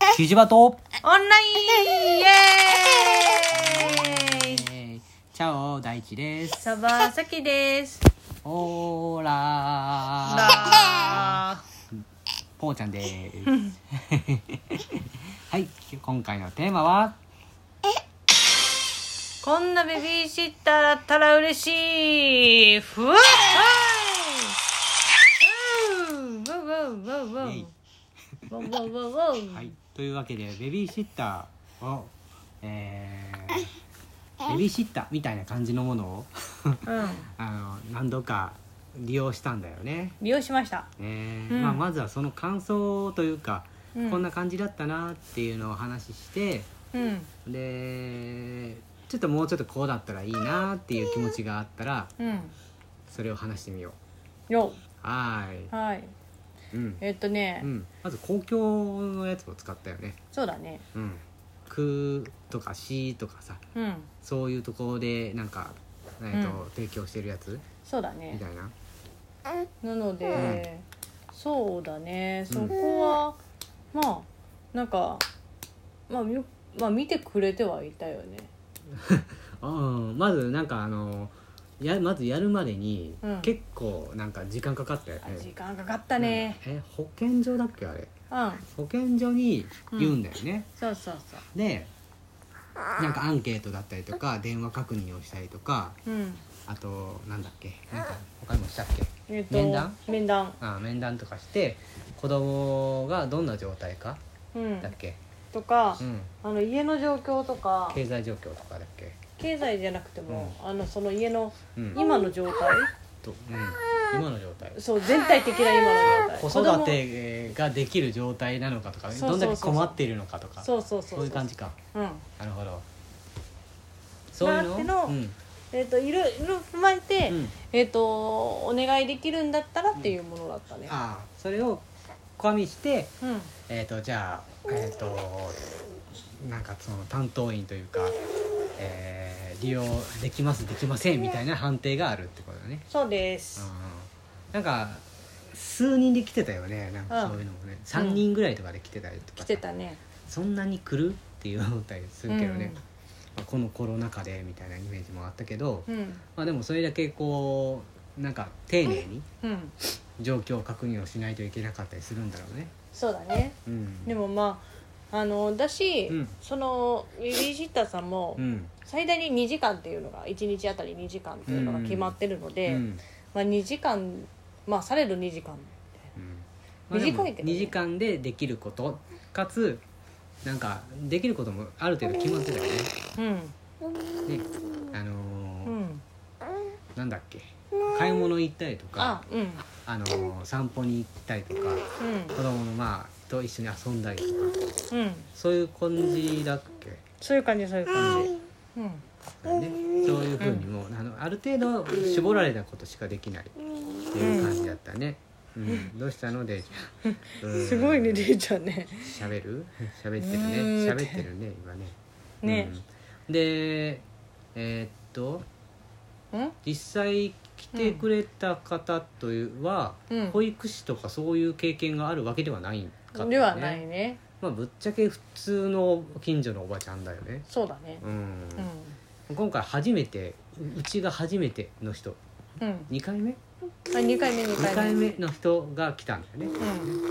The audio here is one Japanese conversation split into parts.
キジバトオンラインイエーイ。 チャオ大地です。 サバサキです。 オーラーポーちゃんですはい、今回のテーマはこんなベビーシッターだったら嬉しい。ふわっはい、というわけでベビーシッターを、ベビーシッターみたいな感じのものを何度か利用したんだよね。 利用しました。 まずはその感想というか、こんな感じだったなっていうのをお話しして、でちょっともうちょっとこうだったらいいなっていう気持ちがあったら、それを話してみよう。はい。まず公共のやつを使ったよね。 そうだね。 区とか市とかさ、そういうところでなんか、提供してるやつ、 そうだね。 みたいな。 なので、そうだね。そこはなんか見てくれてはいたよね。 まずなんかまずやるまでに、結構なんか時間かかったよね。 時間かかったね。 保健所だっけあれ。保健所に言うんだよね。 そうでなんかアンケートだったりとか電話確認をしたりとか、あとなんだっけ、なんか他にもしたっけ、面談とかして、子供がどんな状態かだっけ、 とか、家の状況とか経済状況とかだっけ。 経済じゃなくても、その家の今の状態と、 今の状態、 そう、全体的な今の状態、 子育てができる状態なのかとか、どんだけ困っているのかとか、そういう感じか。なるほど。そういうのいろいろ踏まえて、お願いできるんだったらっていうものだったね。 それを加味して、じゃあなんかその担当員というか、利用できますできませんみたいな判定があるってことだね。 そうです。 なんか数人で来てたよね。なんかそういうのもね、3人ぐらいとかで来てたりとか。 来てたね。 そんなに来るっていう思ったりするけどね。このコロナ禍でみたいなイメージもあったけど、でもそれだけこうなんか丁寧に状況確認をしないといけなかったりするんだろうね。 そうだね。でもだし、そのベビーシッターさんも最大に2時間っていうのが1日あたり2時間っていうのが決まってるので、2時間されど2時間、短いけどね、 2時間でできることかつなんかできることもある程度決まってたよね。なんだっけ、買い物行ったりとか、散歩に行ったりとか、子供のと一緒に遊んだりとか、そういう感じだっけ。 そういう感じ。そういう風にもある程度絞られたことしかできないっていう感じだったね。どうしたのですごいね、れいちゃんね。 喋ってるね今ね。で実際来てくれた方というは、保育士とかそういう経験があるわけではないかったよね。 ではないね。 ぶっちゃけ普通の近所のおばちゃんだよね。 そうだね。 今回初めて、うちが初めての人、2回目2回目の人が来たんだよね。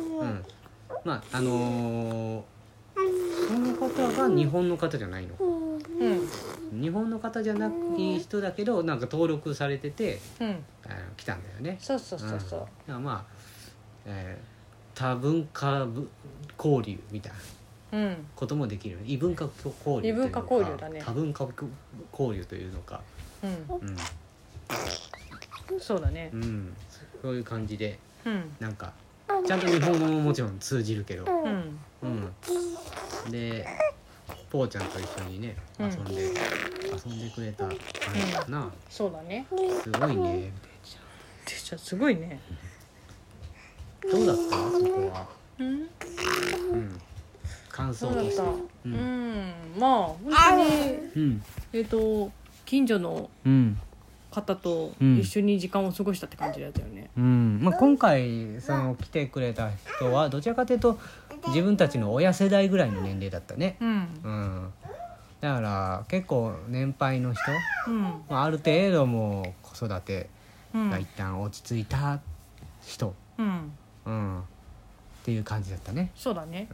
その方が日本の方じゃないの。日本の方じゃない人だけどなんか登録されてて、来たんだよね。 そう。 多文化交流みたいなこともできる。異文化交流というのか、多文化交流というのか、 そうだね。 そういう感じで、なんかちゃんと日本語ももちろん通じるけど、でポーちゃんと一緒にね遊んでくれた感じかな。 そうだね。 すごいね。 すごいね。 どうだったそこは。感想として。 本当に近所の方と一緒に時間を過ごしたって感じだったよね。 まあ、今回その来てくれた人はどちらかというと自分たちの親世代ぐらいの年齢だったね、だから結構年配の人、まあ、ある程度もう子育てが一旦落ち着いた人、っていう感じだったね。 そうだね。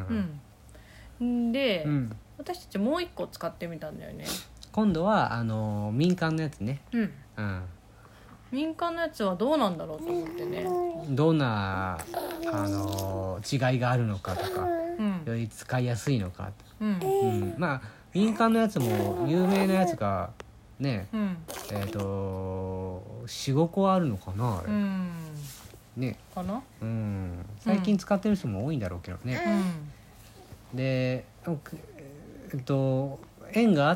で、私たちもう一個使ってみたんだよね。 今度は民間のやつね。 民間のやつはどうなんだろうと思ってね。 どんな違いがあるのかとか、より使いやすいのか、まあ民間のやつも有名なやつがね、4,5 個あるのかな、あれ。ね。 かな？ 最近使ってる人も多いんだろうけどね。で、縁があって、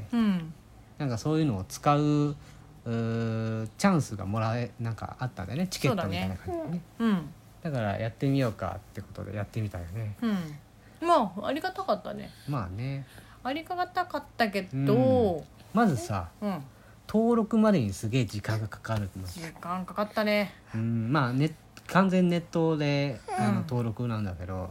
なんかそういうのを使うチャンスがなんかあったんだよね、チケットみたいな感じでね。だからやってみようかってことでやってみたよね。 まあありがたかったね。 まあね。 ありがたかったけど、 まずさ、登録までにすげえ時間がかかる。 時間かかったね。 まあ完全ネットで登録なんだけど、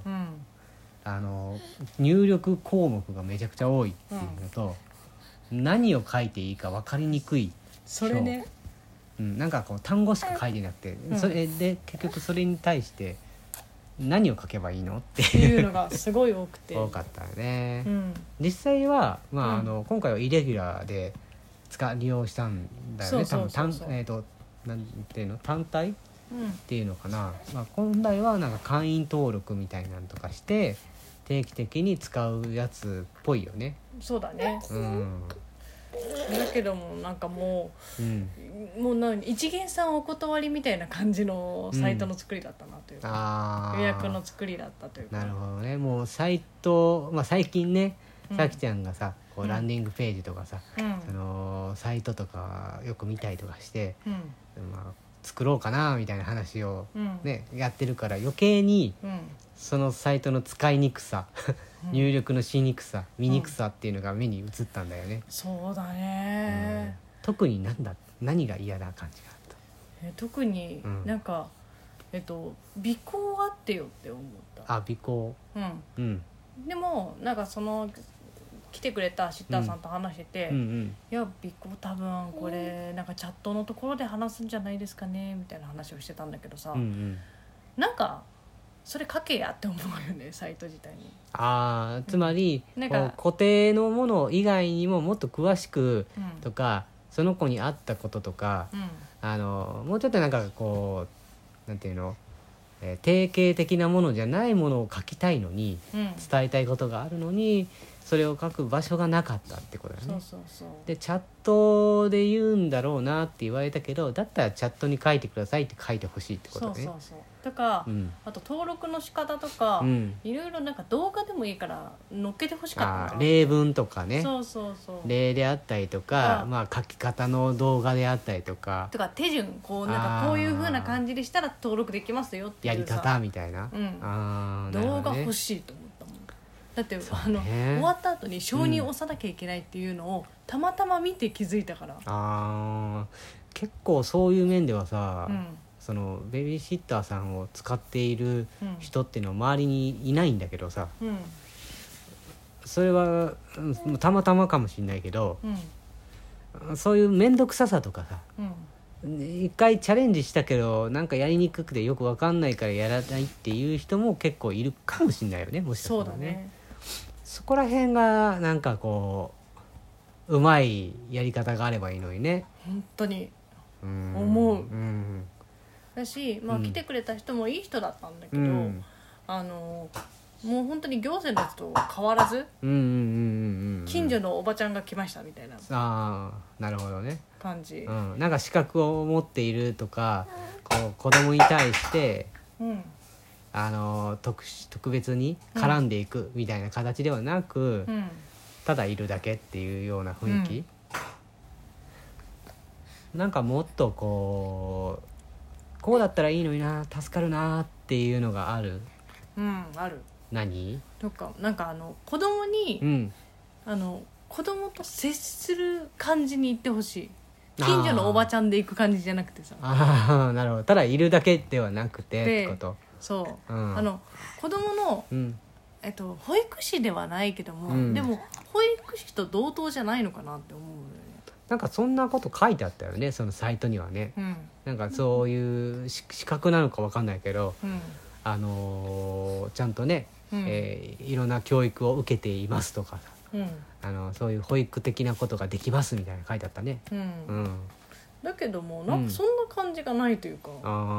入力項目がめちゃくちゃ多いっていうのと、何を書いていいか分かりにくい。 それね、 なんかこう単語しか書いてなくて、それで結局それに対して何を書けばいいのっていうのがすごい多くて多かったね。実際は、まあ今回はイレギュラーで利用したんだよね。多分なんていうの、単体っていうのかな。まあ本来はなんか会員登録みたいなのとかして定期的に使うやつっぽいよね。 そうだね。だけどもなんかもう一元さんお断りみたいな感じのサイトの作りだったなというか、予約の作りだったというか。 なるほどね。もうサイト、まあ、最近ね、さきちゃんがさこうランディングページとかさ、サイトとかよく見たりとかして、まあ、作ろうかなみたいな話を、やってるから余計に、そのサイトの使いにくさ入力のしにくさ見にくさっていうのが目に映ったんだよね。 そうだね。 特に何が嫌な感じがあった？ 特になんか、尾行あってよって思った。 尾行。 でもなんかその来てくれたシッターさんと話してて、いや尾行多分これなんかチャットのところで話すんじゃないですかねみたいな話をしてたんだけどさ、なんかそれ書けやって思うよね、サイト自体に。 つまり、固定のもの以外にももっと詳しくとか、その子に合ったこととか、もうちょっとなんかこうなんていうの、定型的なものじゃないものを書きたいのに、伝えたいことがあるのにそれを書く場所がなかったってことだよね。でチャットで言うんだろうなって言われたけど、だったらチャットに書いてくださいって書いてほしいってことね。 とか、あと登録の仕方とか、いろいろなんか動画でもいいから載っけてほしかったな。 例文とかね。例であったりとか、書き方の動画であったりとか手順なんかこういう風な感じでしたら登録できますよっていうやり方みたいな、 動画欲しいと思ったもん。だって終わった後に承認を押さなきゃいけないっていうのをたまたま見て気づいたから。 結構そういう面ではさ、そのベビーシッターさんを使っている人っていうのは周りにいないんだけどさ、それは、たまたまかもしれないけど、そういう面倒くささとかさ、一回チャレンジしたけどなんかやりにくくてよく分かんないからやらないっていう人も結構いるかもしれないよね、もしかしたらね。そこら辺がなんかこううまいやり方があればいいのにね。 本当に思う。だし、来てくれた人もいい人だったんだけど、もう本当に行政のやつと変わらず、近所のおばちゃんが来ましたみたいな。 なるほどね。 感じ。 なんか資格を持っているとか、こう子供に対して、特別に絡んでいくみたいな形ではなく、ただいるだけっていうような雰囲気。なんかもっとこうだったらいいのにな、助かるなっていうのがある。 ある。 何？ とかなんか子供に、子供と接する感じに言ってほしい。 近所のおばちゃんで行く感じじゃなくてさ、 ああなるほど、ただいるだけではなくてってこと。 そう、子供の、保育士ではないけども、でも保育士と同等じゃないのかなって思うよね。 なんかそんなこと書いてあったよね、そのサイトにはね、なんかそういう資格なのか分かんないけど、ちゃんとね、いろんな教育を受けていますとかさ、そういう保育的なことができますみたいな書いてあったね。 だけどもなんかそんな感じがないというか、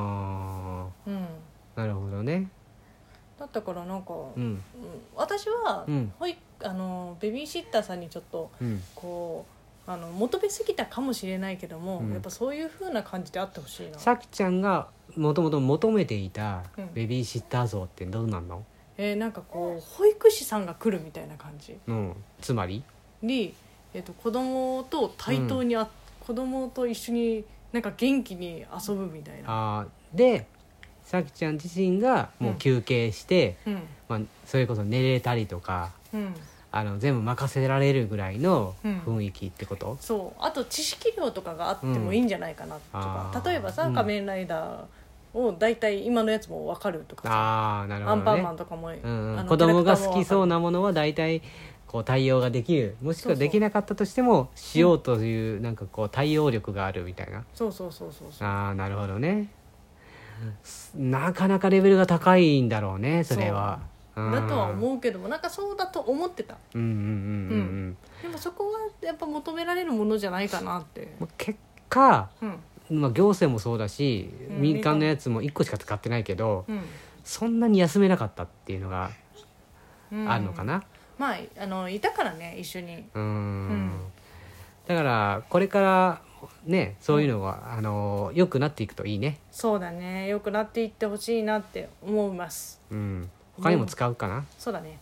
なるほどね。 だったからなんか、私は、ベビーシッターさんにちょっと、こう求めすぎたかもしれないけども、やっぱそういう風な感じであってほしいな。 さきちゃんがもともと求めていたベビーシッター像ってどうなんの？ なんかこう保育士さんが来るみたいな感じ、 つまりに、子供と対等に子供と一緒になんか元気に遊ぶみたいな。 でさきちゃん自身がもう休憩して、それこそ寝れたりとか、全部任せられるぐらいの雰囲気ってこと？ そう、あと知識量とかがあってもいいんじゃないかなとか、例えばさ、仮面ライダーを大体今のやつも分かるとかさ、 なるほどね、 アンパンマンとかも、 子供が好きそうなものは大体こう対応ができる、もしくはできなかったとしてもしようというなんかこう対応力があるみたいな。なるほどね。なかなかレベルが高いんだろうね、それは。 だとは思うけども、なんかそうだと思ってた。でもそこはやっぱ求められるものじゃないかなって。 結果、行政もそうだし、民間のやつも1個しか使ってないけど、そんなに休めなかったっていうのがあるのかな。 いたからね、一緒に。 だからこれからね、そういうのが、良くなっていくといいね。 そうだね、良くなっていってほしいなって思います。 他にも使うかな。 そうだね。